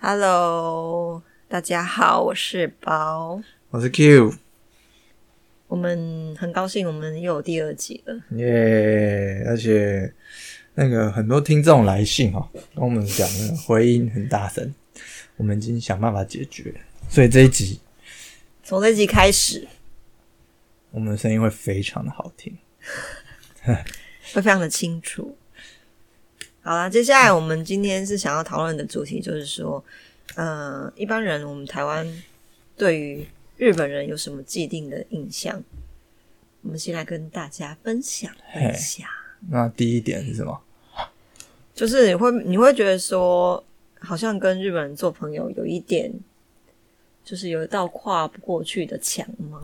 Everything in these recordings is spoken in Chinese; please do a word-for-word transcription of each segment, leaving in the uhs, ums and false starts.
Hello， 大家好，我是宝， 我是 Q， 我们很高兴我们又有第二集了， 耶、yeah, 而且那个很多听众来信哦，跟我们讲那个回音很大声，我们已经想办法解决，所以这一集从这集开始， 我们的声音会非常的好听， 会非常的清楚。好啦，接下来我们今天是想要讨论的主题就是说，呃，一般人我们台湾对于日本人有什么既定的印象？我们先来跟大家分享一下。 那第一点是什么？ 就是你会你会觉得说，好像跟日本人做朋友有一点，就是有一道跨不过去的墙吗？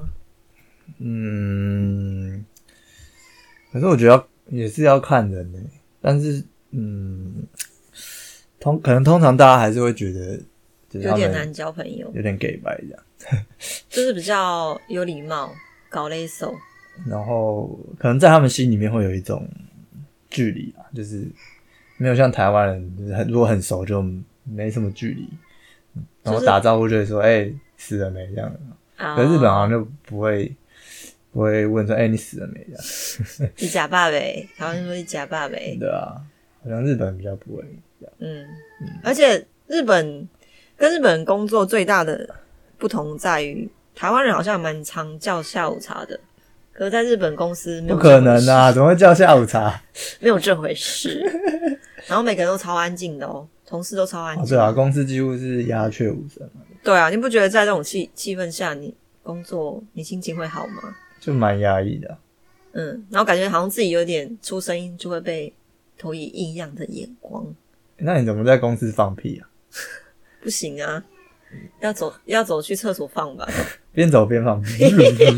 嗯，可是我觉得也是要看人的，但是。嗯，通可能通常大家还是会觉得就是有点难交朋友， 有点给白这样， 就是比较有礼貌，搞勒手， 然后可能在他们心里面会有一种距离啊，就是没有像台湾人，就是很如果很熟就没什么距离，然后打招呼就会说：“哎、欸，死了没？”这样。 哦、 可是日本好像就不会不会问说：“哎、欸，你死了没？”这样。 你假爸呗，台湾说你假爸呗， 对啊。好像日本比较不会这样， 嗯，嗯，而且日本跟日本人工作最大的不同在于，台湾人好像蛮常叫下午茶的，可是在日本公司没有， 不可能啊，怎么会叫下午茶？ 没有这回事。然后每个人都超安静的哦，同事都超安静、 哦。对啊，公司几乎是鸦雀无声嘛。 对啊，你不觉得在这种气气氛下，你工作你心情会好吗？ 就蛮压抑的、啊。 嗯，然后感觉好像自己有点出声音就会被投以异样的眼光。 那你怎么在公司放屁啊？ 不行啊，要走要走去厕所放吧。 边走边放屁，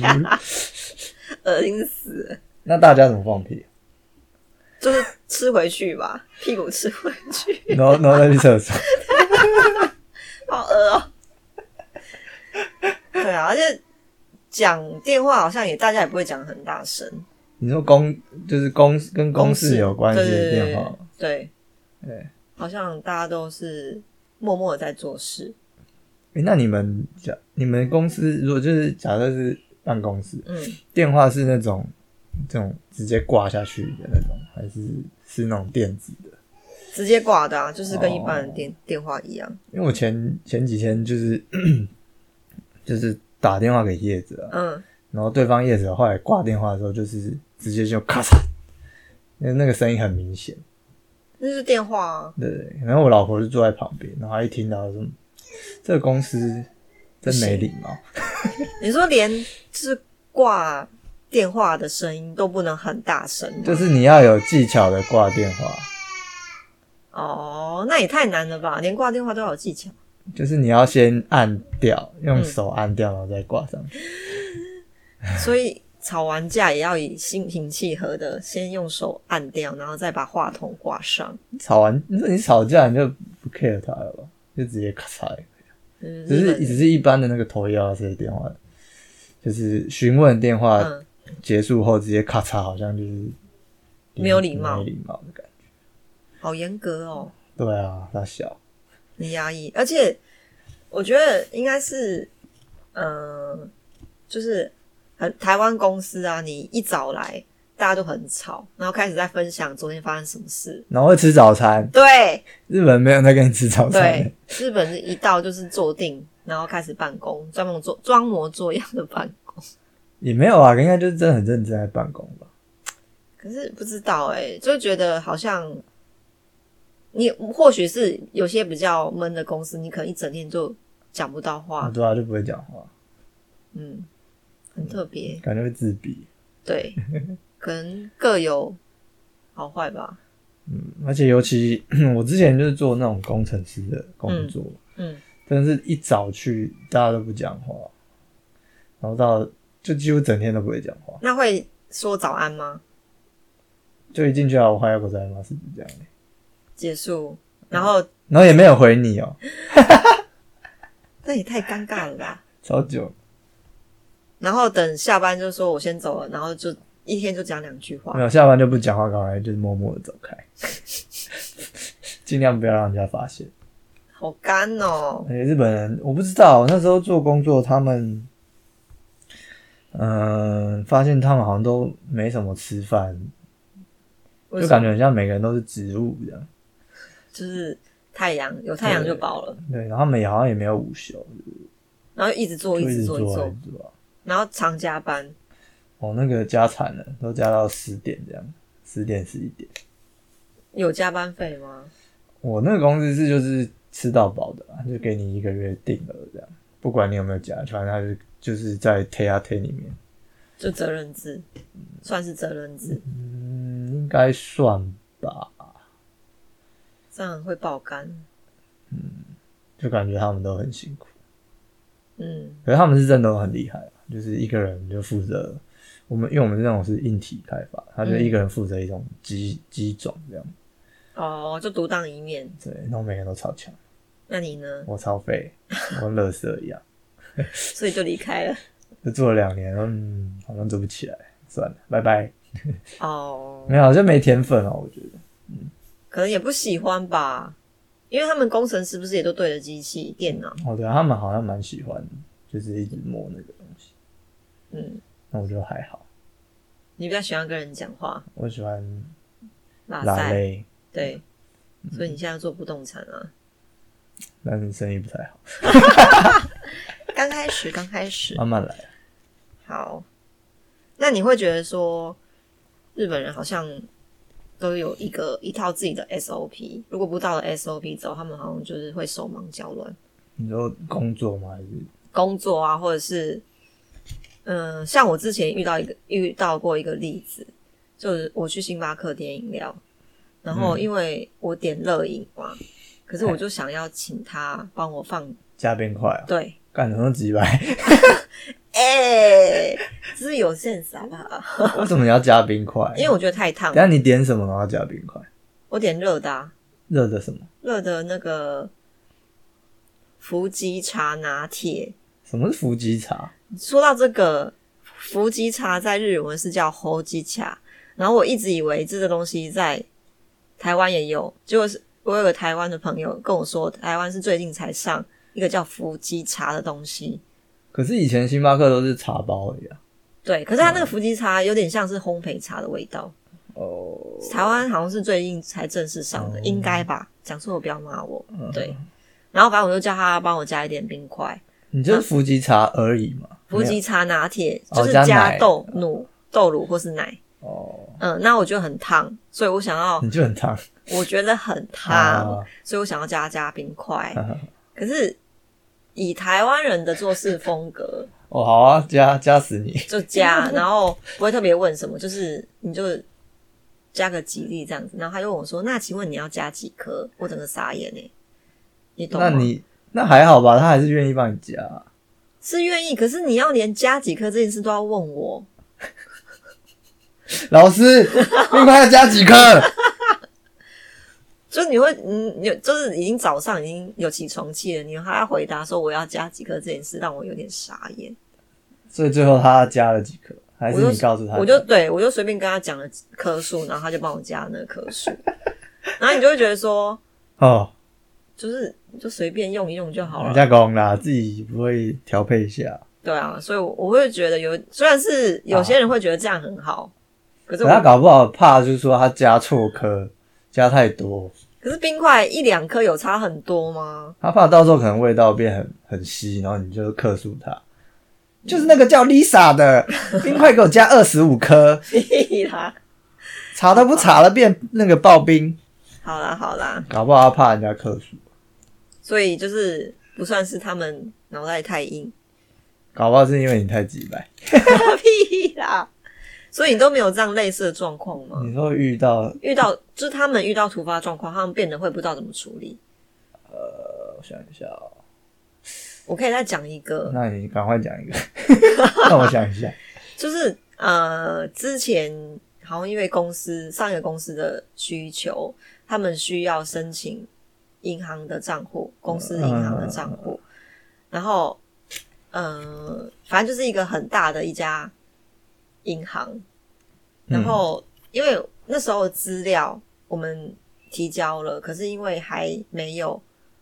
恶心死了。 那大家怎么放屁？ 就是吃回去吧，屁股吃回去， 然后然后再去厕所。 好恶哦、喔。对啊，而且讲电话好像也大家也不会讲很大声。 你说公就是公跟公事有关系的电话， 对， 对，对， 好像大家都是默默的在做事。 欸、那你们假你们公司如果就是假设是办公室， 嗯，电话是那种这种直接挂下去的那种，还是是那种电子的？ 直接挂的啊，就是跟一般的电、哦、电话一样。 因为我前前几天就是就是打电话给业者、啊，嗯，然后对方业者后来挂电话的时候，就是直接就咔嚓，因为那个声音很明显。 那是电话啊。 对，然后我老婆就坐在旁边，然后她一听到说这个公司真没礼貌。 你说连就是挂电话的声音都不能很大声， 就是你要有技巧的挂电话。 哦，那也太难了吧，连挂电话都要有技巧。 就是你要先按掉，用手按掉，然后再挂上去。 嗯、所以吵完架也要以心平气和的先用手按掉，然后再把话筒挂上。 吵完，你吵架你就不 care 他了吧？就直接咔嚓也可以。嗯、只是只是一般的那个投一二三的电话，就是询问电话结束后直接咔嚓，好像就是没有礼貌， 没礼貌的感觉。 好严格哦。 对啊，他小， 很压抑，而且我觉得应该是，嗯、呃，就是台湾公司啊，你一早来，大家都很吵，然后开始在分享昨天发生什么事， 然后会吃早餐。 对， 日本没有在跟你吃早餐。 对，日本是一到就是坐定，然后开始办公，专门做装模作样的办公。 也没有啊，应该就是真的很认真在办公吧。 可是不知道哎、欸，就觉得好像。你或许是有些比较闷的公司，你可能一整天就讲不到话、 哦、对啊，就不会讲话。 嗯，很特别、 嗯，感觉会自闭。 对，可能各有好坏吧。 嗯，而且尤其我之前就是做那种工程师的工作，嗯，嗯真的是一早去大家都不讲话，然后到就几乎整天都不会讲话。 那会说早安吗？ 就一进去啊，我还有个在吗？是不是这样的？ 结束，然后、嗯、 然后也没有回你哦， 那也太尴尬了吧， 超久。 然后等下班就说我先走了，然后就一天就讲两句话， 没有下班就不讲话，赶快就是默默的走开，尽量不要让人家发现。 好干哦。 而且日本人我不知道，那时候做工作他们，嗯、呃，发现他们好像都没什么吃饭，就感觉很像每个人都是植物这样， 就是太阳有太阳就饱了。 对，然后他们也好像也没有午休， 然后一直做，一直做，一直做，然后常加班。 哦，那个加惨了，都加到十点这样，十点十一点。 有加班费吗？ 我那个公司是就是吃到饱的啦，就给你一个月定额这样，不管你有没有加，反正它就就是在 T A T 里面， 就责任制，算是责任制。 嗯，应该算吧。 这样会爆肝。 嗯，就感觉他们都很辛苦。 嗯， 可是他们是真的都很厉害，就是一个人就负责我们，因为我们这种是硬体开发，他就一个人负责一种机机种这样。 哦，就独当一面。 对，然后每个人都超强。 那你呢？ 我超废，我跟垃圾一样。 所以就离开了。 就做了两年，嗯，好像做不起来，算了，拜拜。 哦， 没有，就没甜粉哦，我觉得。嗯， 可能也不喜欢吧，因为他们工程师不是也都对着机器、电脑？ 哦，对啊，他们好像蛮喜欢，就是一直摸那个东西。 嗯， 那我觉得还好。 你比较喜欢跟人讲话？ 我喜欢拉拉勒。 对，所以你现在做不动产啊？ 但是生意不太好。 刚开始，刚开始， 慢慢来。 好，那你会觉得说，日本人好像都有一个一套自己的 S O P， 如果不到了 S O P 之后，他们好像就是会手忙脚乱。 你说工作吗？还是工作啊，或者是嗯、呃，像我之前遇到一个遇到过一个例子，就是我去星巴克点饮料，然后因为我点热饮嘛，嗯、可是我就想要请他帮我放加冰块啊？ 对， 干什么几百？ 哎、欸，这是有 sense 好不好？ 为什么你要加冰块？ 因为我觉得太烫了。 等一下你点什么然后加冰块？ 我点热的啊。 热的什么？ 热的那个伏吉茶拿铁。 什么是伏吉茶？ 说到这个，伏吉茶在日文是叫ホジ茶，然后我一直以为这个东西在台湾也有，结果是我有个台湾的朋友跟我说，台湾是最近才上一个叫伏吉茶的东西。 可是以前星巴克都是茶包而已啊。 对，可是它那个伏吉茶有点像是烘焙茶的味道。 哦， 台湾好像是最近才正式上的， 哦、 应该吧？讲错我不要骂我。 嗯、 对，然后反正我就叫他帮我加一点冰块。 你就是伏吉茶而已嘛？ 伏吉茶拿铁就是加加豆乳、哦、豆乳或是奶。 哦， 嗯，那我觉得很烫，所以我想要， 你就很烫， 我觉得很烫，啊、所以我想要加加冰块。可是以台湾人的做事风格， 哦，好啊，加加死你， 就加，然后不会特别问什么，就是你就加个几粒这样子。然后他就问我说：“那请问你要加几颗？”我整个傻眼哎，你懂吗？ 那你那还好吧，他还是愿意帮你加， 是愿意，可是你要连加几颗这件事都要问我。 老师，冰块要加几颗？ 就你会，嗯，就是已经早上已经有起床气了，你还要回答说我要加几颗这件事，让我有点傻眼。 所以最后他加了几颗，还是你告诉他？ 我就对我就随便跟他讲了颗数，然后他就帮我加那个颗数，然后你就会觉得说， 哦， 就是就随便用一用就好了。 人家讲啦，自己不会调配一下。 对啊，所以我我会觉得有，虽然是有些人会觉得这样很好，啊、可是他搞不好怕就是说他加错颗，加太多。 可是冰块一两颗有差很多吗？ 他怕到时候可能味道变很很稀，然后你就客诉他。就是那个叫 Lisa 的冰块给我加二十五颗， 屁啦， 查都不查了变那个刨冰。 好啦好啦， 搞不好他怕人家客诉， 所以就是不算是他们脑袋太硬， 搞不好是因为你太直白。 屁啦！所以你都没有这样类似的状况吗？ 你说遇到遇到就是他们遇到突发状况，他们变得会不知道怎么处理。 呃，我想一下哦。 我可以再讲一个， 那你赶快讲一个，让我想一下。 就是呃，之前好像因为公司上一个公司的需求，他们需要申请银行的账户，公司银行的账户，嗯、然后呃，反正就是一个很大的一家银行，然后因为那时候的资料我们提交了，可是因为还没有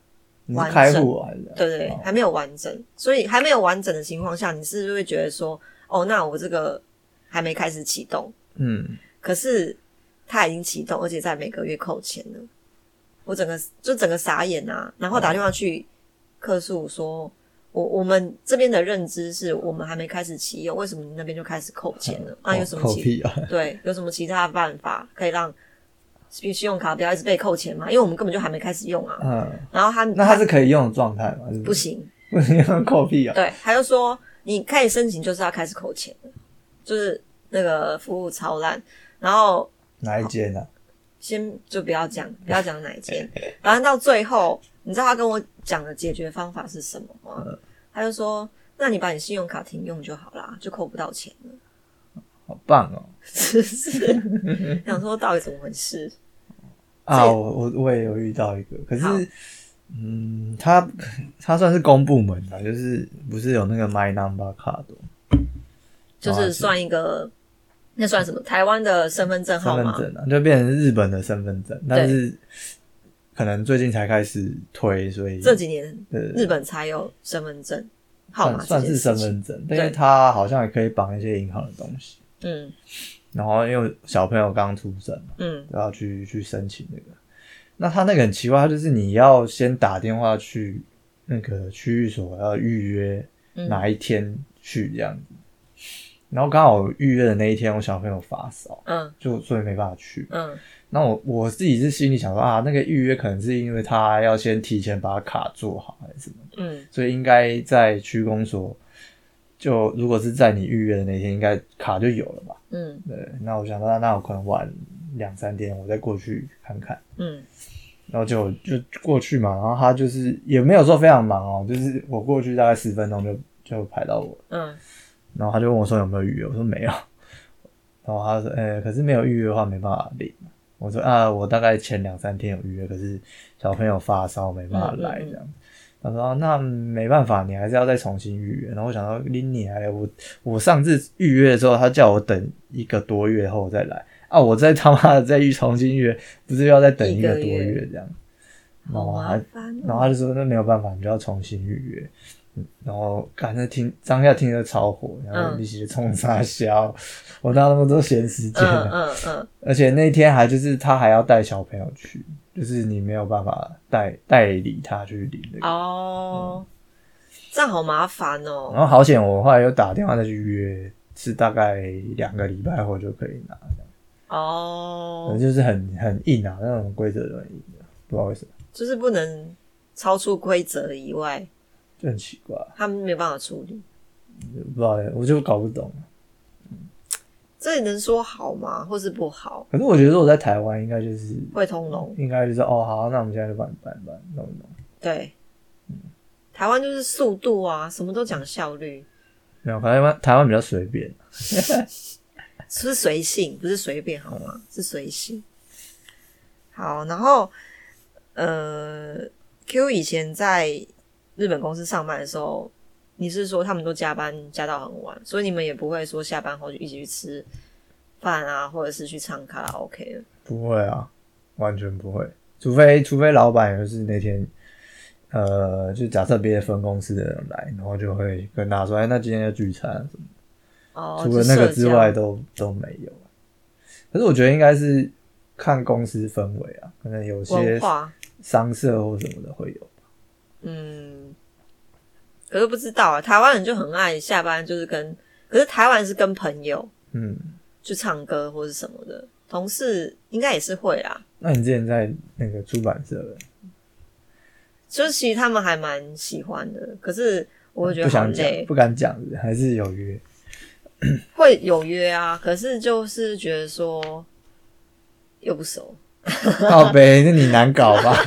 你是开户还是？ 对对， 哦、 还没有完整，所以还没有完整的情况下，你是不是会觉得说，哦，那我这个还没开始启动， 嗯， 可是它已经启动，而且在每个月扣钱了，我整个就整个傻眼啊，然后打电话去客诉说，我我们这边的认知是我们还没开始启用，为什么你那边就开始扣钱了？啊，有什么扣屁啊？ 对，有什么其他的办法可以让信用卡不要一直被扣钱嘛？因为我们根本就还没开始用啊。嗯。然后他那他是可以用的状态吗？ 不行， 不行，扣屁啊！ 对，他就说你开始申请就是要开始扣钱的，就是那个服务超烂。然后哪一间啊？ 先就不要讲，不要讲哪一间。反正到最后，你知道他跟我讲的解决方法是什么吗？嗯、他就说：“那你把你信用卡停用就好啦，就扣不到钱了。” 好棒哦！ 是是，想说到底怎么回事啊？我我我也有遇到一个，可是嗯，他他算是公部门的，就是不是有那个 My Number Card， 就是算一个，那算什么？台湾的身份证号码， 身份证啊，就变成日本的身份证，但是可能最近才开始推，所以这几年日本才有身份证号码， 算是身份证，因为它好像也可以绑一些银行的东西。 嗯， 然后因为小朋友刚出生嘛，嗯，都要去去申请那个。那他那个很奇怪，他就是你要先打电话去那个区域所要预约哪一天去这样子。嗯、然后刚好预约的那一天，我小朋友发烧，嗯，就所以没办法去，嗯。那我我自己是心里想说啊，那个预约可能是因为他要先提前把卡做好还是什么的，嗯，所以应该在区公所。就如果是在你预约的那天，应该卡就有了吧？嗯，对。那我想说，那我可能晚两三天，我再过去看看。嗯，然后就就过去嘛，然后他就是也没有说非常忙哦，就是我过去大概十分钟就就排到我。嗯，然后他就问我说有没有预约，我说没有。然后他说，哎、欸，可是没有预约的话没办法领。我说啊，我大概前两三天有预约，可是小朋友发烧没办法来这样。嗯嗯嗯他说、啊：“那没办法，你还是要再重新预约。”然后我想到，拎你还我我上次预约的时候，他叫我等一个多月后再来啊！我再他妈的再预重新预约，不是要再等一个多月这样？ 好麻烦、哦。 然后他就说：“那没有办法，你就要重新预约。嗯”然后刚才听当下听着超火，然後你是冲啥笑？嗯、我哪那麼多閒時間、啊？嗯嗯嗯。而且那天還就是他還要帶小朋友去。就是你沒有辦法代代理他去領這個哦、嗯，這樣好麻煩哦。 然後好險，我後來又打電話再去約，是大概兩個禮拜後就可以拿這樣。哦，就是很很硬啊，那種規則都很硬的，不知道為什麼。 就是不能超出規則以外， 就很奇怪， 他們沒辦法處理。 不知道，我就搞不懂。 這也能說好嗎？或是不好？ 可是我覺得我在台灣應該就是會通融， 應該就是哦好，那我們現在就幫你辦辦弄一弄。 對，嗯，台灣就是速度啊，什麼都講效率。 沒有，台灣台灣比較隨便， 是隨性，不是隨便好嗎？是隨性。好，然後呃 ，Q 以前在日本公司上班的時候。你是說他們都加班加到很晚，所以你們也不會說下班後就一起去吃飯啊，或者是去唱卡拉 OK 了？ 不會啊，完全不會，除非除非老闆就是那天，呃，就假設別的分公司的人來，然後就會跟他說，哎，那今天要聚餐什麼的。哦，除了那個之外都都沒有。可是我覺得應該是看公司氛圍啊，可能有些商社或什麼的會有吧。 嗯。可是不知道啊，台灣人就很愛下班就是跟，可是台灣是跟朋友，嗯，去唱歌或是什麼的，同事應該也是會啦。 那你之前在那個出版社的， 就是其實他們還蠻喜歡的，可是我會覺得好累， 不敢講，還是有約， 會有約啊，可是就是覺得說又不熟， 靠北，那你難搞吧？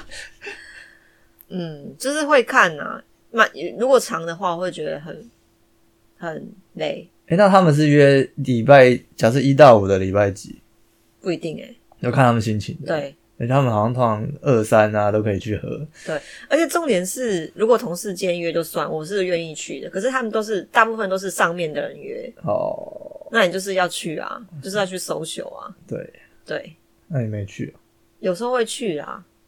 嗯，就是會看啊。如果長的話我會覺得很很累。 誒、欸、那他們是約禮拜假設一到五的禮拜幾？ 不一定誒、欸、 要看他們心情的。 對， 欸、他們好像通常二三啊都可以去喝。 對，而且重點是如果同事間約就算，我是願意去的，可是他們都是大部分都是上面的人約。哦，那你就是要去啊，就是要去 social 啊。 對對， 那你沒去啊？ 有時候會去啊。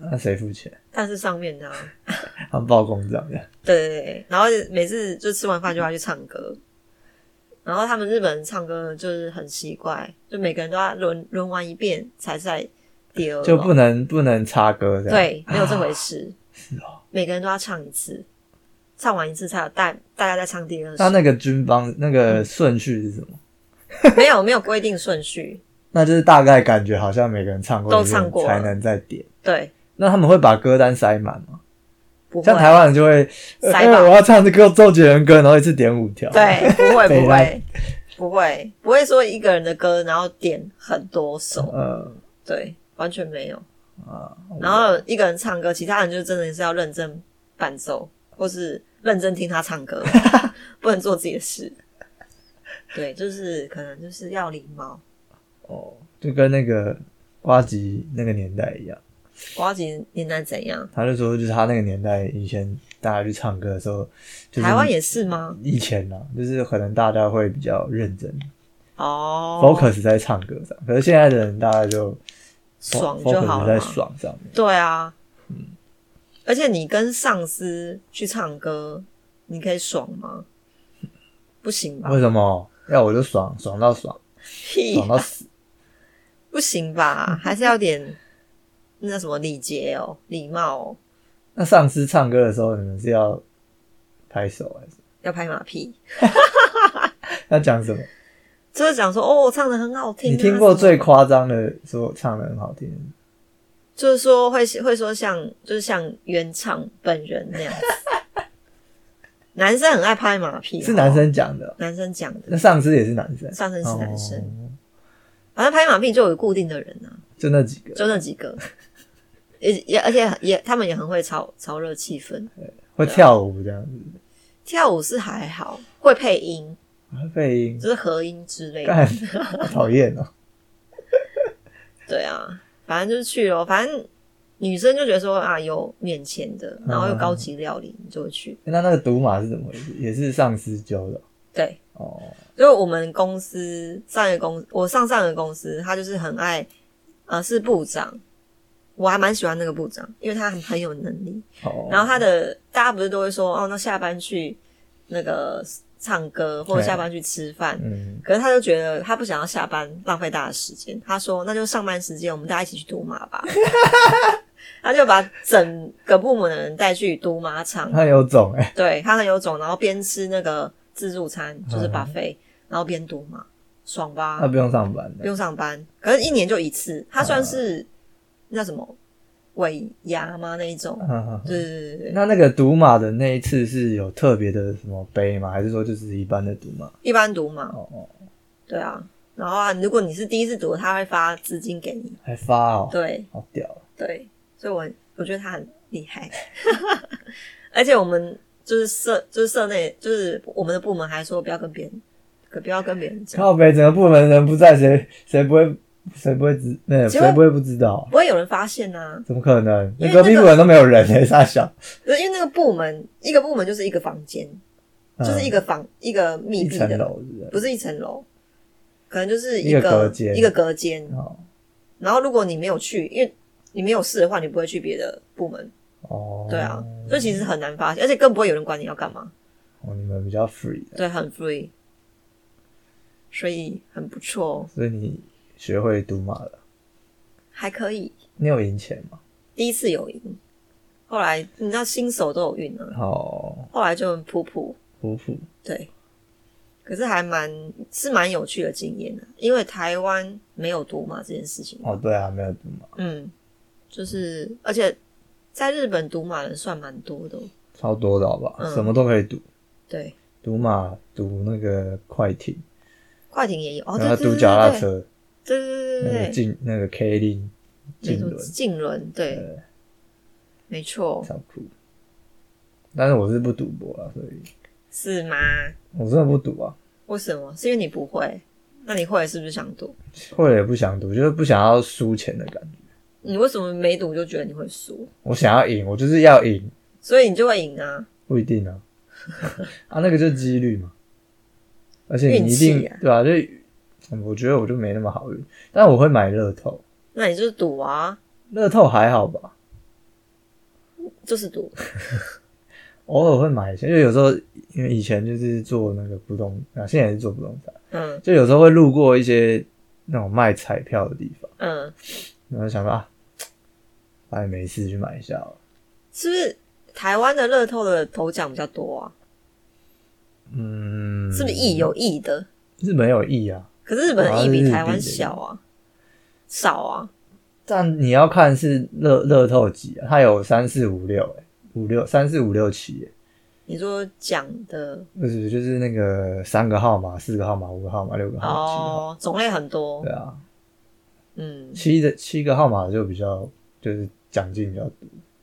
那谁付钱？ 但是上面的啊， 他们报公账的。 对对对，然后每次就吃完饭就要去唱歌，然后他们日本人唱歌就是很奇怪，就每个人都要轮轮完一遍才在第二楼， 就不能不能插歌这样。 对，没有这回事。 是哦， 每个人都要唱一次，唱完一次才有大大家再唱第二首。 那那个军方那个顺序是什么？ 没有没有规定顺序， 那就是大概感觉好像每个人唱过都唱过了才能再点。 对， 那他们会把歌单塞满吗？ 不会。 像台湾人就会塞爆呃、我要唱这个周杰伦歌，然后一次点五条。 对，不会不北兰会不会不会说一个人的歌然后点很多首， 呃对，完全没有。 啊， 然后一个人唱歌，其他人就真的是要认真伴奏，或是认真听他唱歌，不能做自己的事。对，就是可能就是要礼貌。 哦，就跟那个呱吉那个年代一样。 呱吉年代怎样？ 他就说，就是他那个年代以前大家去唱歌的时候，就是、 台湾也是吗？ 以前啊，就是可能大家会比较认真哦 ，focus 在唱歌上。可是现在的人大概就爽就好了嘛 focus 在爽上面。 对啊，嗯，而且你跟上司去唱歌，你可以爽吗？不行吧？ 为什么？要我就爽，爽到爽， 屁爽到死。 不行吧？还是要点那什么礼节哦，礼貌哦。 那上司唱歌的时候，你们是要拍手还是要拍马屁？ 要讲什么？ 就是讲说哦，我唱得很好听、啊。 你听过最什么夸张的说唱得很好听的？ 就是说会会说像就是像原唱本人那样子。男生很爱拍马屁， 是男生讲的哦， 男生讲的， 那上司也是男生， 上身是男生。 哦反正拍马屁就有固定的人啊， 就那几个， 就那几个，也也而且也他们也很会炒炒热气氛， 会跳舞这样子， 跳舞是还好，会配音， 会配音， 就是合音之类的。 干，好讨厌哦。 对啊，反正就是去咯，反正女生就觉得说啊，有免钱的，然后又高级料理，你就会去。 那那个赌马是怎么回事？也是上司教的对， 哦。 就我们公司上一个公，我上上个公司，他就是很爱，呃，是部长，我还蛮喜欢那个部长，因为他很很有能力。 哦， 然后他的大家不是都会说，哦，那下班去那个唱歌，或者下班去吃饭。 嗯， 可是他就觉得他不想要下班浪费大家的时间，他说那就上班时间我们大家一起去赌马吧。他就把整个部门的人带去赌马场， 他有种哎、欸， 对他很有种，然后边吃那个自助餐，就是 buffet，、嗯、然后边赌马，爽吧？ 他不用上班的， 不用上班，可是一年就一次，他算是、嗯、那什么尾牙吗？那一种？ 嗯、 对对对对。 那那个赌马的那一次是有特别的什么杯吗？还是说就是一般的赌马？ 一般赌马。 哦哦， 对啊。然后啊，如果你是第一次赌，他会发资金给你， 还发哦， 对， 好屌， 对，所以我我觉得他很厉害，而且我们就是社就是社内就是我们的部门还说不要跟别人，可不要跟别人讲， 靠北整个部门人不在，谁谁不会谁不会知那谁不会不知道？ 不会有人发现啊？ 怎么可能？ 那隔壁部门都没有人诶，傻小。 因为那个部门一个部门就是一个房间， 嗯、 就是一个房一个密闭的一层楼， 不是一层楼。可能就是一个隔间， 一个隔间。 哦， 然后如果你没有去，因为你没有事的话，你不会去别的部门。 哦， 对啊，所以其实很难发现，而且更不会有人管你要干嘛。 哦，你们比较 free， 对，很 free， 所以很不错。 所以你学会赌马了， 还可以。 你有赢钱吗？ 第一次有赢，后来你知道新手都有运啊。 哦， 后来就很普普普普， 对。可是还蛮是蛮有趣的经验的，因为台湾没有赌马这件事情。 哦，对啊，没有赌马。 嗯，就是而且在日本赌马人算蛮多的、哦， 超多的好不好？ 嗯、 什么都可以赌。 对， 赌马、赌那个快艇， 快艇也有哦， 然后赌脚踏车， 对对对对对， 那个竞那个 K 令竞轮， 竞轮对，对没错， 超酷。但是我是不赌博啦，所以是吗？ 我真的不赌啊。 为什么？是因为你不会？那你会是不是想赌？ 会了也不想赌，就是不想要输钱的感觉。 你为什么没赌就觉得你会输？我想要赢，我就是要赢， 所以你就会赢啊？ 不一定啊，啊，那个就是几率嘛。而且你一定、啊、对吧、啊？就我觉得我就没那么好运，但我会买乐透。 那你就是赌啊？ 乐透还好吧？ 就是赌。 偶尔会买一些，因为有时候因为以前就是做那个不动啊，现在也是做不动产， 嗯， 就有时候会路过一些那种卖彩票的地方， 嗯， 然后想到啊，反正没事去买一下好了。 是不是台湾的乐透的头奖比较多啊？ 嗯， 是不是亿有亿的？ 日本有亿啊， 可是日本的亿比台湾小啊，少啊。 但你要看是乐乐透几啊，它有三四五六，哎，五六三四五六七，哎。 你说奖的不是，就是那个三个号码、四个号码、五个号码、六个号码、七个号码， 哦，种类很多。 对啊， 嗯， 七的七个号码就比较就是奖金比较多。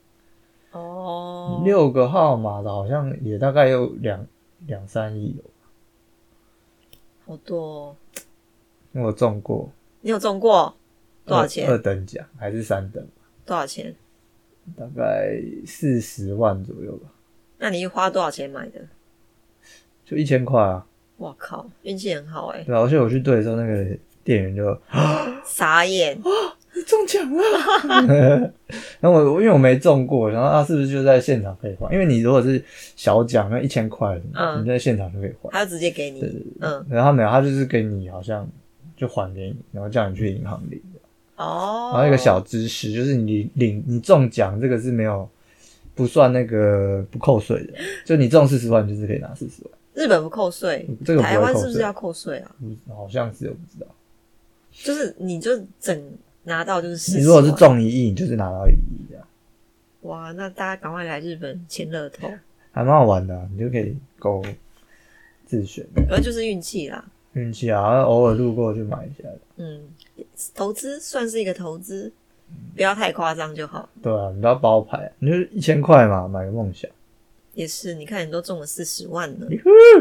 哦， 六个号码的好像也大概有两两三亿有， 好多哦。 因为我中过。 你有中过多少钱？ 二二等奖还是三等？ 多少钱？ 大概四十万左右吧。 那你花多少钱买的？ 就一千块啊！ 哇靠，运气很好哎、欸。 对啊，而且我去兑的时候，那个店员就傻眼， 你中奖了！然后我因为我没中过，然后他是不是就在现场可以换？因为你如果是小奖，那一千块，嗯，你在现场就可以换， 他就直接给你。 对对对， 嗯， 然后没有，他就是给你好像就还给你，然后叫你去银行领。 哦， 然后一个小知识就是你领你中奖这个是没有不算那个不扣税的，就你中四十万就是可以拿四十万。 日本不扣税， 这个不会扣税， 台湾是不是要扣税啊？ 好像是，我不知道。 就是你就整拿到就是四十万。 你如果是中一亿，你就是拿到一亿这样。 哇，那大家赶快来日本签乐透， 还蛮好玩的、啊，你就可以勾自选。 而就是运气啦。 运气啊，偶尔路过就买一下。 嗯，投资算是一个投资，不要太夸张就好。 对啊，你不要包牌，你就一千块嘛，买个梦想。 也是，你看你都中了四十万了。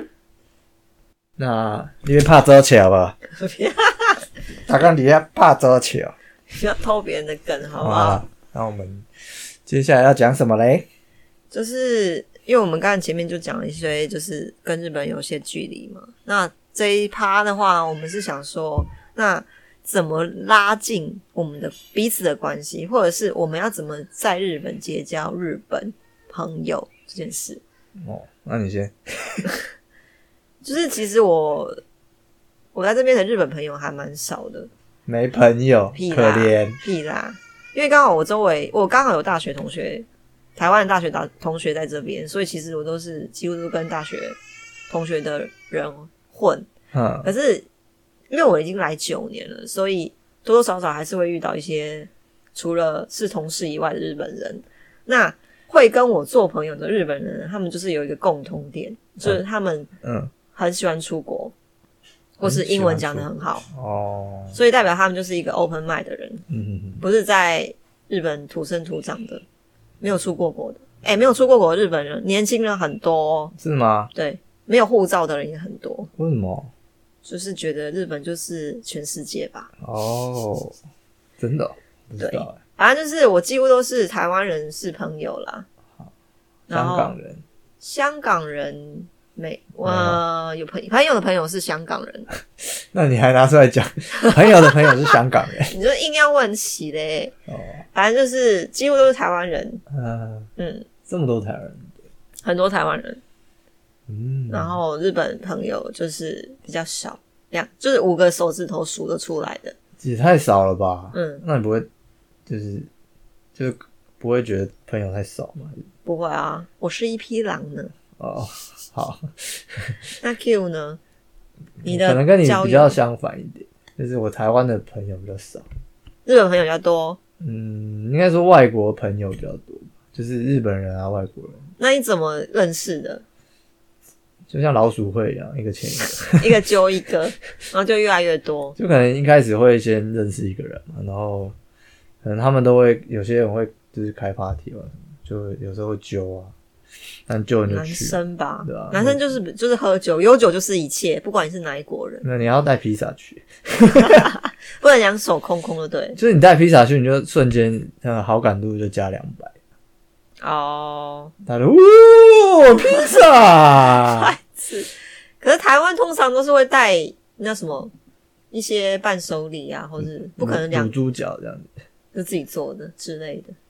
那你会怕周桥吧？他刚底下怕周桥， 不要偷别人的梗，好不好？ 啊、那我们接下来要讲什么嘞？ 就是因为我们刚才前面就讲了一些，就是跟日本有些距离嘛。那这一趴的话，我们是想说，那怎么拉近我们的彼此的关系，或者是我们要怎么在日本结交日本朋友这件事。 哦，那你先。 就是其实我我在这边的日本朋友还蛮少的， 没朋友，可怜屁啦！因为刚好我周围我刚好有大学同学，台湾的大学同学在这边，所以其实我都是几乎都跟大学同学的人混。 嗯， 可是因为我已经来九年了，所以多多少少还是会遇到一些除了是同事以外的日本人。那会跟我做朋友的日本人，他们就是有一个共同点，就是他们嗯很喜欢出国，或是英文讲得很好哦，所以代表他们就是一个 open mind 的人，嗯，不是在日本土生土长的，没有出过国的，哎、欸，没有出过国的日本人，年轻人很多、哦， 是吗？ 对，没有护照的人也很多， 为什么？ 就是觉得日本就是全世界吧。 哦，真的、哦、不知道耶。 反正就是我几乎都是台湾人是朋友啦， 香港人， 香港人没，我有朋朋友的朋友是香港人， 那你还拿出来讲，朋友的朋友是香港人， 你就硬要问起嘞。哦，反正就是几乎都是台湾人， 嗯嗯，这么多台湾人， 很多台湾人， 嗯， 然后日本朋友就是比较少，两就是五个手指头数得出来的， 也太少了吧？ 嗯， 那你不会就是就是不会觉得朋友太少吗？ 不会啊，我是一匹狼呢。 哦，好。 那 Q 呢？你的可能跟你比较相反一点，就是我台湾的朋友比较少， 日本朋友比较多。 嗯，应该说外国朋友比较多，就是日本人啊，外国人。 那你怎么认识的？ 就像老鼠会一样，一个牵一个， 一个揪一个，然后就越来越多。 就可能一开始会先认识一个人嘛，然后可能他们都会有些人会就是开 party 啊，就有时候会揪啊，但揪人就去。 男生吧， 对啊， 男生就是就是喝酒，有酒就是一切，不管你是哪一国人。 那你要带披萨去， 不能两手空空的，对。 就是你带披萨去，你就瞬间呃好感度就加两百。 哦， 他说：“哇，披萨！” 可是台湾通常都是会带那什么一些伴手礼啊，或是不可能两卤猪脚这样子， 就自己做的之类的。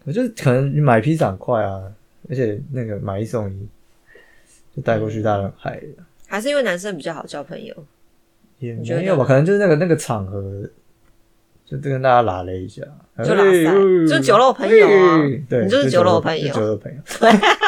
我就可能你买披萨很快啊，而且那个买一送一，就带过去，大家很嗨的。 还是因为男生比较好交朋友？ 也没有吧，可能就是那个那个场合，就跟大家拉了一下， 就拉塞，就是酒肉朋友啊。 对， 你就是酒肉朋友， 酒肉朋友。 对，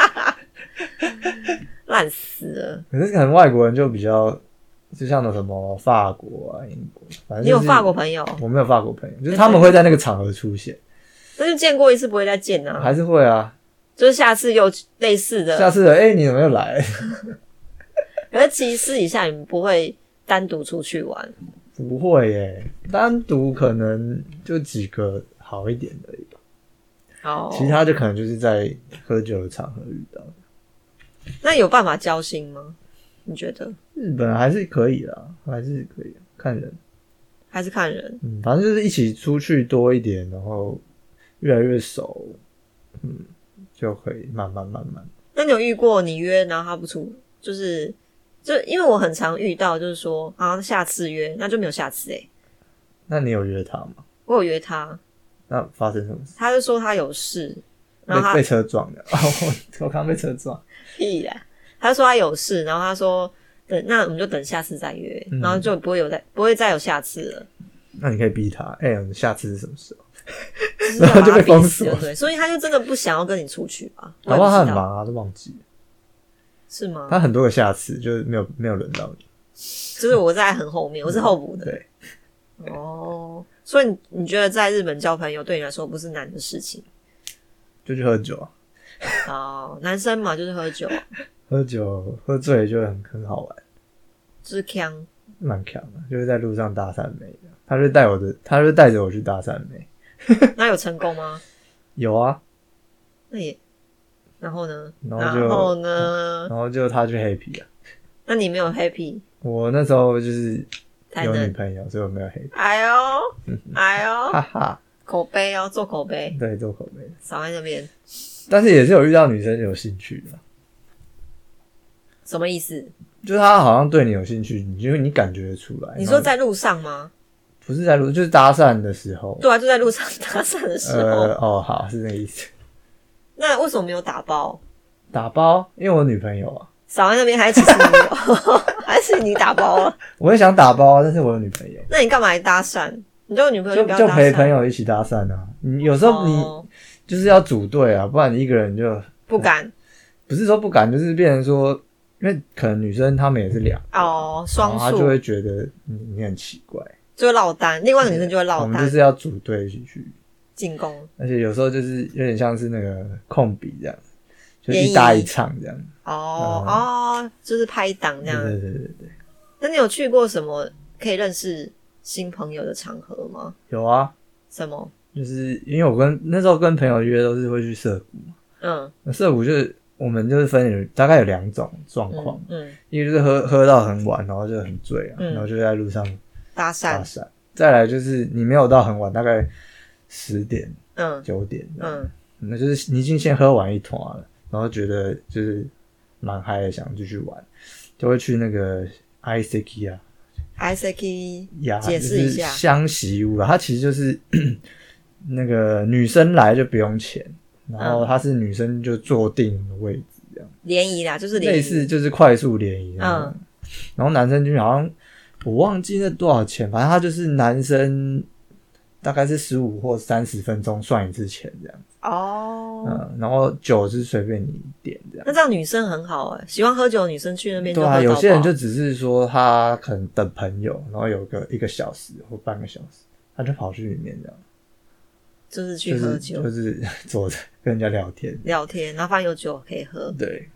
烂死了。 可是可能外国人就比较，就像那什么法国啊、英国，反正、就是、 你有法国朋友？ 我没有法国朋友，就是他们会在那个场合出现。 那就见过一次不会再见啊？ 还是会啊， 就是下次又类似的。 下次的，哎、欸，你有没有来？ 可是其实私底下你们不会单独出去玩？ 不会耶，单独可能就几个好一点的而已吧。 哦， 其他就可能就是在喝酒的场合遇到。 那有办法交心吗？你觉得？ 日本还是可以啦，还是可以，看人， 还是看人。 嗯，反正就是一起出去多一点，然后越来越熟，嗯，就可以慢慢慢慢。 那你有遇过你约然后他不出，就是就因为我很常遇到，就是说啊下次约，那就没有下次欸。 那你有约他吗？ 我有约他。 那发生什么事？ 他就说他有事，然后他被, 被车撞的。哦，我我刚被车撞。 屁啦！他就说他有事，然后他说等那我们就等下次再约，嗯、然后就不会有再不会再有下次了。 那你可以逼他，哎、欸，下次是什么时候？ 然后就被封锁， 对，所以他就真的不想要跟你出去吧？ 搞不好他很忙啊，都忘记了， 是吗？ 他很多个下次，就是没有没有轮到你， 就是我在很后面，我是候补的。 对， 哦，所以你你觉得在日本交朋友对你来说不是难的事情？ 就去喝酒啊。 哦，男生嘛就是喝酒， 喝酒喝醉就很很好玩， 就是呛， 蛮呛的，就是在路上搭讪妹的，他就带我的，他就带着我去搭讪妹。 那有成功吗？ 有啊。 那也，然后呢？ 然后就然后呢？ 然后就他去 happy 啊。 那你没有 happy？ 我那时候就是有女朋友，所以我没有 happy。 哎呦，哎呦， 哈哈， 口碑哦，做口碑， 对，做口碑， 少在那边。 但是也是有遇到女生有兴趣的。 什么意思？ 就是她好像对你有兴趣，你就你感觉得出来。 你说在路上吗？ 不是在路，就是搭讪的时候。 对啊，就在路上搭讪的时候。 呃，哦，好，是那个意思。 那为什么没有打包？ 打包，因为我女朋友啊。 少在那边还是其实你有，还是你打包了？ 我也想打包啊，但是我有女朋友。 那你干嘛来搭讪？你就有女朋友就不要就搭讪， 就陪朋友一起搭讪啊。你有时候你就是要组队啊，不然你一个人就不敢。 不是说不敢，就是变成说，因为可能女生她们也是两个哦，双数， 她就会觉得你你很奇怪， 就会落单。另外一个女生就会落单。 我们就是要组队一起去进攻， 而且有时候就是有点像是那个控笔这样，就一搭一唱这样。 哦、嗯、哦，就是拍档这样。 对对对对对。 那你有去过什么可以认识新朋友的场合吗？ 有啊。什么？ 就是因为我跟那时候跟朋友约都是会去涩谷嘛。嗯。那涩谷就是我们就是分有大概有两种状况。嗯, 嗯。一个就是喝喝到很晚，然后就很醉啊，嗯、然后就在路上搭讪。 搭讪。再来就是你没有到很晚，大概十点、嗯九点，嗯，那就是你已经先喝完一团了，然后觉得就是蛮嗨的，想继续玩，就会去那个 I C K 啊 ，I C K 解释一下， 相席屋啊，它其实就是那个女生来就不用钱，然后它是女生就坐定的位置这样， 联谊啦，就是联谊， 类似就是快速联谊，嗯，然后男生就好像我忘记那多少钱，反正他就是男生大概是十五或三十分钟算一次钱这样。哦，嗯，然后酒是随便你点这样。 那这样女生很好哎、欸，喜欢喝酒的女生去那边就喝到饱。 对啊，有些人就只是说他可能等朋友，然后有个一个小时或半个小时，他就跑去里面这样。 就是去喝酒， 就是、就是坐着跟人家聊天， 聊天，然后发现有酒可以喝。 对。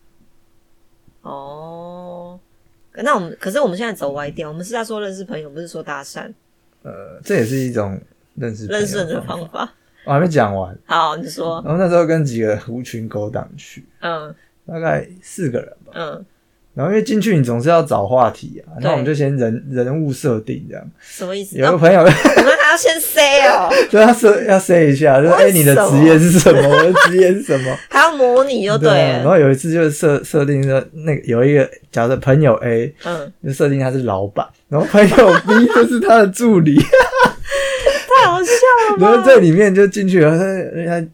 哦。那我们可是我们现在走歪掉，我们是在说认识朋友，不是说搭讪。 呃，这也是一种认识朋友认识人的方法。 我还没讲完。 好，你说。 然后那时候跟几个狐群狗党去，嗯，大概四个人吧，嗯。然后因为进去你总是要找话题啊，那我们就先人人物设定这样。 什么意思？ 有个朋友， 我们还要先 say 哦， 对，要 say 要 say 一下，就是哎、欸，你的职业是什么？我的职业是什么？ 还要模拟就对了。 对啊，然后有一次就设设定说，那个有一个假设朋友 A， 嗯，就设定他是老板，然后朋友 B 就是他的助理， 太好笑了吧。 然后在里面就进去了，他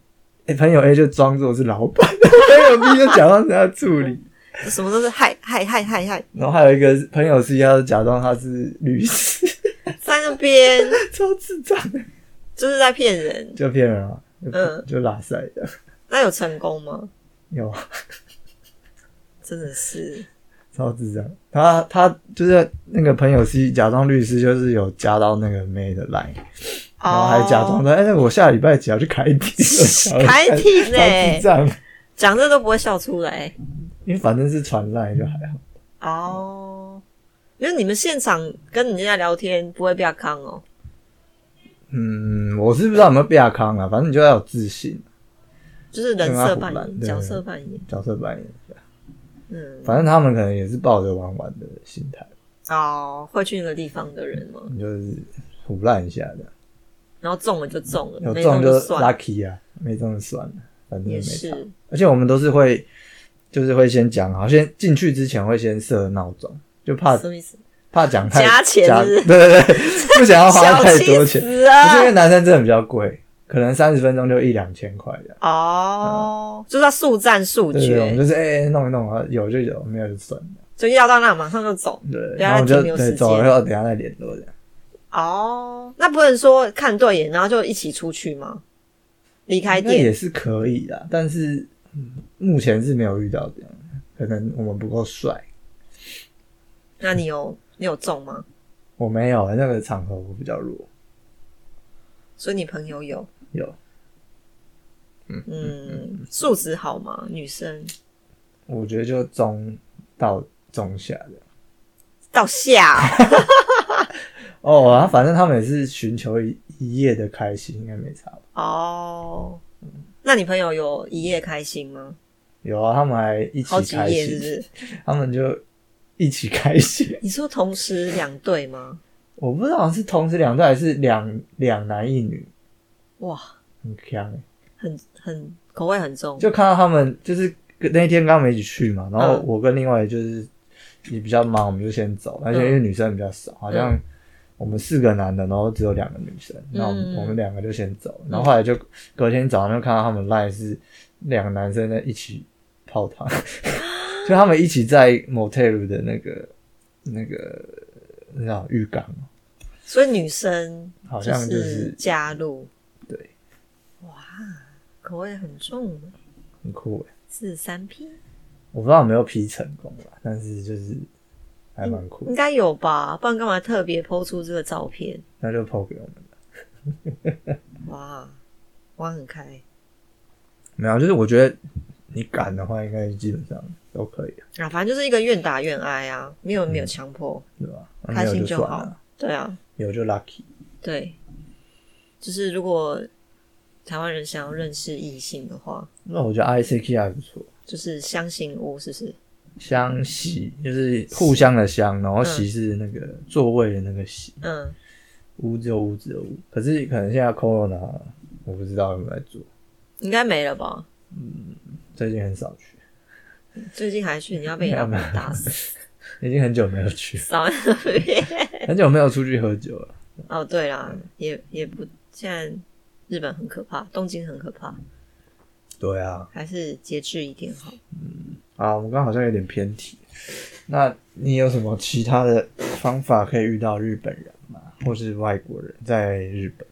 欸、朋友 A 就装作是老板，朋友 B 就假装是他助理， 什么都是害害害害害。 然后还有一个朋友 C， 他就假装他是律师， 在那边超智障的， 就是在骗人， 就骗人啊，就嗯， 就拉塞的。 那有成功吗？ 有啊， 真的是超智障。他他就是那个朋友 C 假装律师，就是有加到那个妹的 line。然后还假装说：“哎、哦，那我下礼拜几要去开庭？ 开庭呢、 欸？这样讲这都不会笑出来， 因为反正是传赖就还好。哦，因为你们现场跟人家聊天不会被他康哦。 嗯，我是不知道有没有被他康啊，反正你就要有自信， 就是人设扮演、角色扮演、 角色扮演一下。 嗯， 反正他们可能也是抱着玩玩的心态。 哦，会去那个地方的人吗？ 你就是胡乱一下的。 然后中了就中了， 有中就 lucky 啊，没中就算了，反正也没差。 是， 而且我们都是会，就是会先讲好，先进去之前会先设闹钟，就怕什么意思？ 怕讲太加钱是不是， 对对对，不想要花太多钱。 死啊！ 可是因为男生真的比较贵，可能三十分钟就一两千块的。 哦、嗯，就是要速战速决。 对对，我们就是哎、欸、弄一弄，有就有，没有就算了。 就要到那马上就走， 对， 不要再停留时间。 对，走了以后等一下再联络这样。 哦，那不能说看对眼，然后就一起出去吗？离开店也是可以的，但是、嗯、目前是没有遇到这样，可能我们不够帅。 那你有你有中吗？ 我没有，那个场合我比较弱。 所以你朋友有？ 有。 嗯嗯，素质好吗？女生？ 我觉得就中到中下的。 到下、 哦，啊，反正他们也是寻求一一夜的开心，应该没差吧？ 哦，那你朋友有一夜开心吗？ 有啊，他们还一起开心， 好几夜是不是？ 他们就一起开心。 你说同时两对吗？ 我不知道是同时两对还是两两男一女。 哇， 很强欸， 很很口味很重。 就看到他们就是那一天跟他们一起去嘛，然后我跟另外就是也比较忙，我们就先走，而且因为女生比较少，好像我们四个男的，然后只有两个女生，那我们、嗯、我们两个就先走，然后后来就隔天早上就看到他们赖是两个男生在一起泡汤，就他们一起在 motel 的那个那个那叫浴缸， 所以女生好像就是加入， 对， 哇，口味很重， 很酷诶， 是三 P， 我不知道有没有 P 成功吧，但是就是还蛮酷的， 应该有吧，不然干嘛特别 po 出这个照片？ 那就 po 给我们的。 哇，玩很开。 没有，就是我觉得你敢的话，应该基本上都可以啊。反正就是一个愿打愿挨啊，没有没有强迫， 嗯、对吧？ 开心就好。对啊， 有就 lucky。 对，就是如果台湾人想要认识异性的话， 那我觉得 I C K 还不错。 就是相信屋，是不是？ 相喜就是互相的相，然后喜是那个座位的那个喜。嗯。屋只有屋子的屋，可是可能现在 Corona 我不知道有没有在做。应该没了吧？ 嗯，最近很少去。 最近还去，你要被老板打死。 已经很久没有去。 少在那边。 很久没有出去喝酒了。 哦，对啦，也也不，现在日本很可怕，东京很可怕。 对啊， 还是节制一点好。 嗯，啊，我们刚刚好像有点偏题。那你有什么其他的方法可以遇到日本人吗？或是外国人在日本？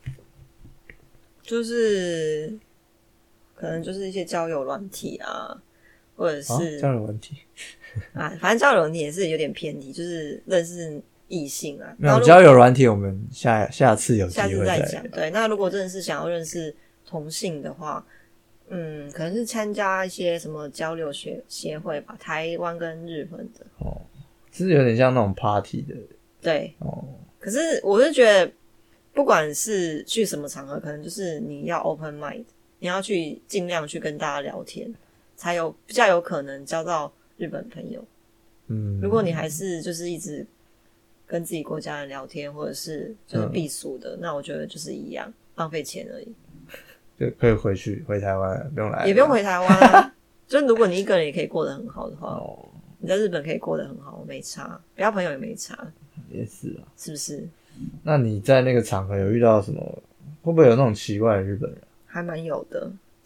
就是可能就是一些交友软体啊，或者是、 哦、交友软体啊，反正交友软体也是有点偏题，就是认识异性啊。 没有交友软体，我们下下次有机会再讲。对，那如果真的是想要认识同性的话，嗯，可能是参加一些什么交流学协会吧，台湾跟日本的。 哦，是有点像那种 party 的。 对。哦。可是我是觉得，不管是去什么场合，可能就是你要 open mind， 你要去尽量去跟大家聊天，才有比较有可能交到日本朋友。嗯。如果你还是就是一直跟自己国家人聊天，或者是就是避俗的、嗯，那我觉得就是一样浪费钱而已。 就可以回去回台湾，不用来， 也不用回台湾、啊。就是如果你一个人也可以过得很好的话，哦、你在日本可以过得很好，没差，不要朋友也没差。 也是啊， 是不是？ 那你在那个场合有遇到什么？会不会有那种奇怪的日本人？ 还蛮有的，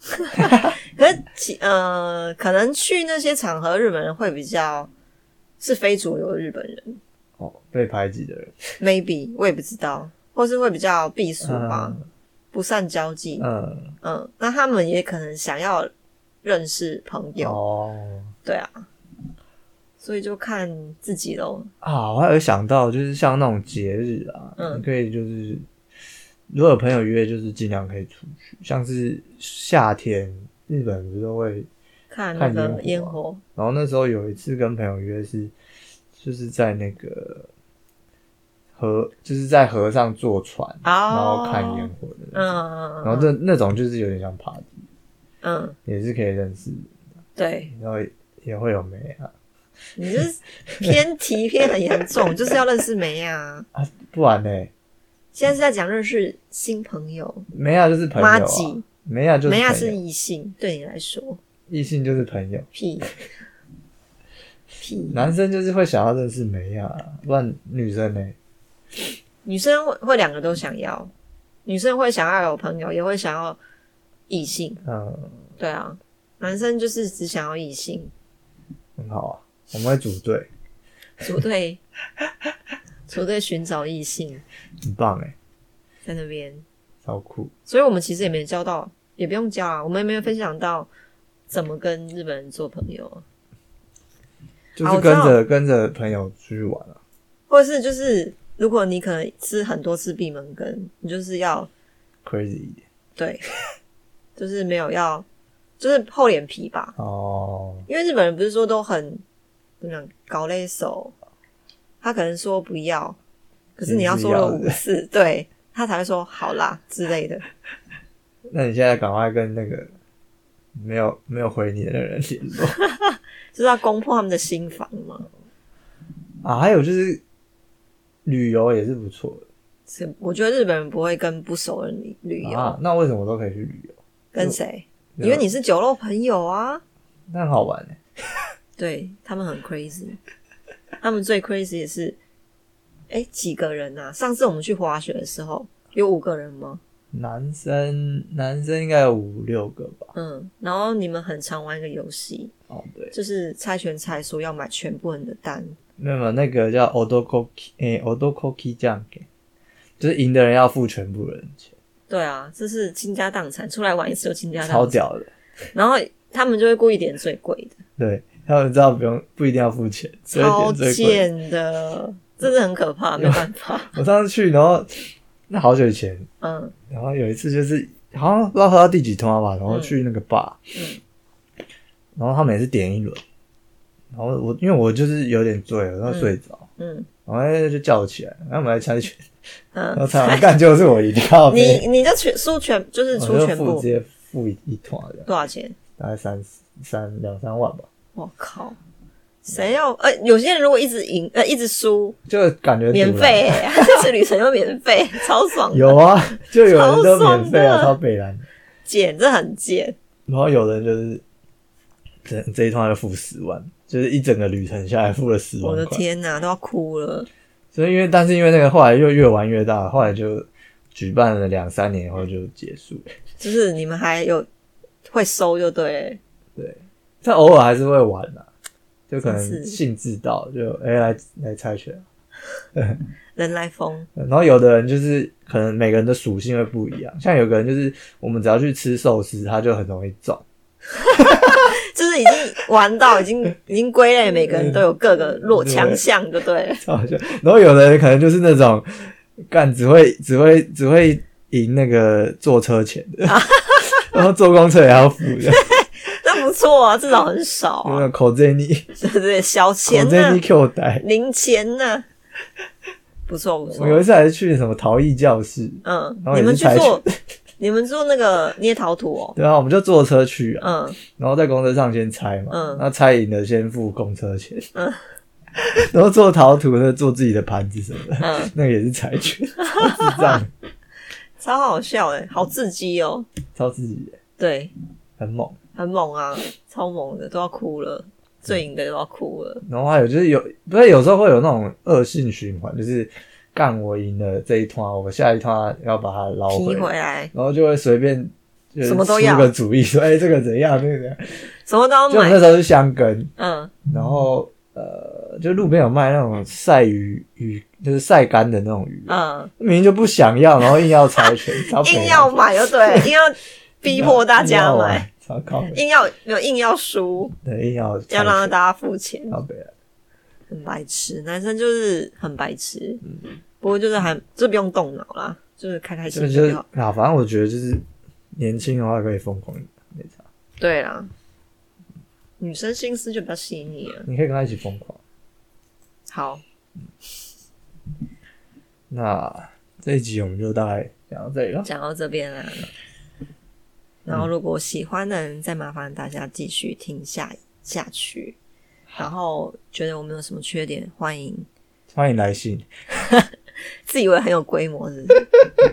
可是其呃，可能去那些场合，日本人会比较是非主流的日本人哦，被排挤的人 ，maybe 我也不知道，或是会比较避俗吧， 嗯、 不善交际。 嗯嗯，那他们也可能想要认识朋友。哦，对啊，所以就看自己咯。 啊，我还有想到，就是像那种节日啊，嗯、你可以就是如果有朋友约，就是尽量可以出去，像是夏天。日本不是都会看那个烟火， 然后那时候有一次跟朋友约是，就是在那个河，就是在河上坐船，哦、然后看烟火的那种，嗯，然后那那种就是有点像 party， 嗯，也是可以认识， 对， 然后也会有妹啊。 你是偏题偏很严重，就是要认识妹啊， 啊，不然呢？ 现在是在讲认识新朋友， 妹啊就是朋友啊。没呀，就是没呀，是异性，对你来说， 异性就是朋友。 屁屁， 男生就是会想要认识梅呀，不然女生呢？ 女生会会两个都想要，女生会想要有朋友，也会想要异性。嗯，对啊，男生就是只想要异性。 很好啊，我们会组队， 组队，组队寻找异性， 很棒哎， 在那边。 超酷， 所以我们其实也没教到，也不用教啊，我们也没有分享到怎么跟日本人做朋友啊， 就是跟着跟着朋友出去玩啊， 或者是就是如果你可能吃很多次闭门羹，你就是要 crazy 一点， 对，就是没有要，就是厚脸皮吧，哦，因为日本人不是说都很怎么讲搞勒手，他可能说不要，可是你要说了五次，对。他才会说好啦之类的。 那你现在赶快跟那个没有没有回你的人联络， 就是要攻破他们的心防吗？ 啊，还有就是旅游也是不错的。 是，我觉得日本人不会跟不熟人旅游。 啊，那为什么都可以去旅游？ 跟谁？因为你是酒肉朋友啊。 那很好玩欸。 对，他们很 crazy， 他们最 crazy 也是。哎，几个人啊？上次我们去滑雪的时候，有五个人吗？ 男生男生应该有五六个吧。嗯， 然后你们很常玩一个游戏， 哦，对， 就是猜拳猜输要买全部人的单。 没有没有，那个叫 odokoki， 诶 odokoki 这样给，就是赢的人要付全部人的钱。 对啊，这是倾家荡产，出来玩一次就倾家荡产， 超屌的。 然后他们就会故意点最贵的， 对，他们知道不用不一定要付钱， 超贱的。真的很可怕，没办法。 我上次去，然后那好久以前，嗯，然后有一次就是好像不知道喝到第几通吧，然后去那个 bar， 嗯，然后他们也是点一轮，然后我因为我就是有点醉了，然后睡着，嗯，然后就叫我起来，然后我们来猜拳，嗯，然后猜完干就是我一定要， 你你就全输全就是出全部， 直接付一一团的， 多少钱？ 大概三三两三万吧。 我靠！谁要？呃，有些人如果一直赢，呃，一直输， 就感觉免费、欸，这次旅程又免费，超爽的。 有啊，就有人都免费啊，超北蓝， 贱，这很贱。 然后有人就是这这一趟就付十万，就是一整个旅程下来付了十万。 我的天哪，都要哭了。 所以因为，但是因为那个后来又越玩越大，后来就举办了两三年以后就结束了。 就是你们还有会收就对了， 对，但偶尔还是会玩啊。就可能兴致到就哎、欸、来来猜拳， 人来疯。 然后有的人就是可能每个人的属性会不一样，像有个人就是我们只要去吃寿司，他就很容易中， 就是已经玩到已经已经归类，每个人都有各个弱强项，就对了。 超好笑。然后有的人可能就是那种干只会只会只会赢那个坐车钱的，然后坐公车也要付的。 那不错啊，至少很少啊。 那口袋你， 对对，小钱呢、啊，口袋零錢呢、啊，不错不错。 我有一次还是去什么陶艺教室，嗯，然后你们去做，你们做那个捏陶土哦。 对啊，我们就坐车去啊，嗯，然后在公车上先猜嘛，嗯，那猜赢的先付公车钱，嗯，然后做陶土呢，做自己的盘子什么的，嗯，那个也是猜拳，超智障， 超好笑诶，好刺激哦， 超刺激的， 对， 很猛。 很猛啊，超猛的，都要哭了，最赢的都要哭了。 然后还有就是有，不是有时候会有那种恶性循环，就是干我赢了这一团，我下一团要把它捞回来， 回来， 然后就会随便就是什么都要出个主意说，哎、欸，这个怎样，那个怎样， 什么都要买。 就那时候是香根， 嗯， 然后呃，就路边有卖那种晒鱼鱼，就是晒干的那种鱼， 嗯， 明明就不想要，然后硬要猜拳， 硬要买就对，硬要逼迫大家买， 超靠北， 硬要有硬要输， 对，硬要要让大家付钱， 靠北啊， 很白痴，男生就是很白痴，嗯，不过就是还就不用动脑啦，就是开开心心就好。 啊，反正我觉得就是年轻的话可以疯狂，没差。 对啦，女生心思就比较细腻了， 你可以跟他一起疯狂。 好， 那这一集我们就大概讲到这里了， 讲到这边啦。然后如果喜欢的人，再麻烦大家继续听下下去。然后觉得我们有什么缺点，欢迎欢迎来信。 自以为很有规模是不是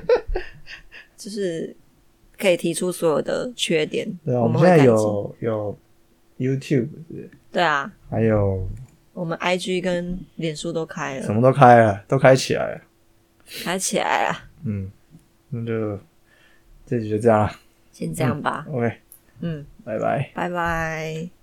就是可以提出所有的缺点。 对啊， 我们现在有有 YouTube 是不是？ 对啊， 还有我们 I G 跟脸书都开了， 什么都开了，都开起来了， 开起来了。 嗯，那就这集就这样了， 先这样吧。 嗯、OK， 嗯， 拜拜， 拜拜。